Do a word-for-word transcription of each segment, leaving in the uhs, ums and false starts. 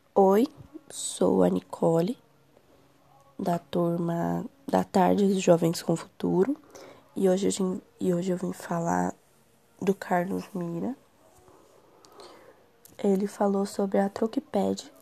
Oi, sou a Nicole, da turma da tarde dos Jovens com Futuro, e hoje, eu vim- e hoje eu vim falar do Carlos Mira. Ele falou sobre a Troqueped,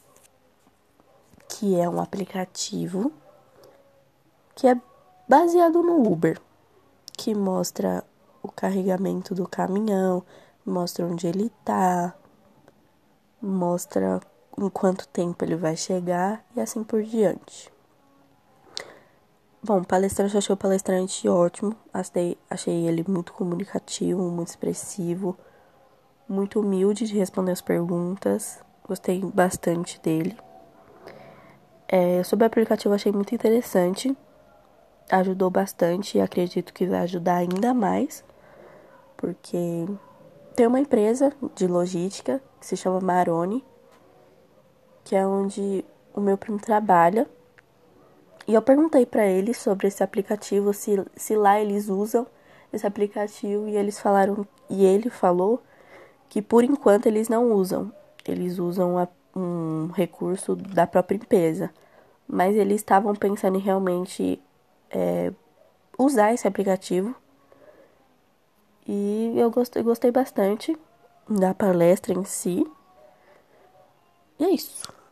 que é um aplicativo que é baseado no Uber, que mostra o carregamento do caminhão, mostra onde ele tá, mostra em quanto tempo ele vai chegar e assim por diante. Bom, o palestrante, eu achei o palestrante ótimo. Achei, achei ele muito comunicativo, muito expressivo, muito humilde de responder as perguntas. Gostei bastante dele. É, sobre o aplicativo, eu achei muito interessante. Ajudou bastante e acredito que vai ajudar ainda mais. Porque tem uma empresa de logística que se chama Maroni, que é onde o meu primo trabalha. E eu perguntei pra eles sobre esse aplicativo, se, se lá eles usam esse aplicativo, e eles falaram, e ele falou que por enquanto eles não usam. Eles usam a, um recurso da própria empresa. Mas eles estavam pensando em realmente é, usar esse aplicativo. E eu gostei, gostei bastante da palestra em si. E é isso.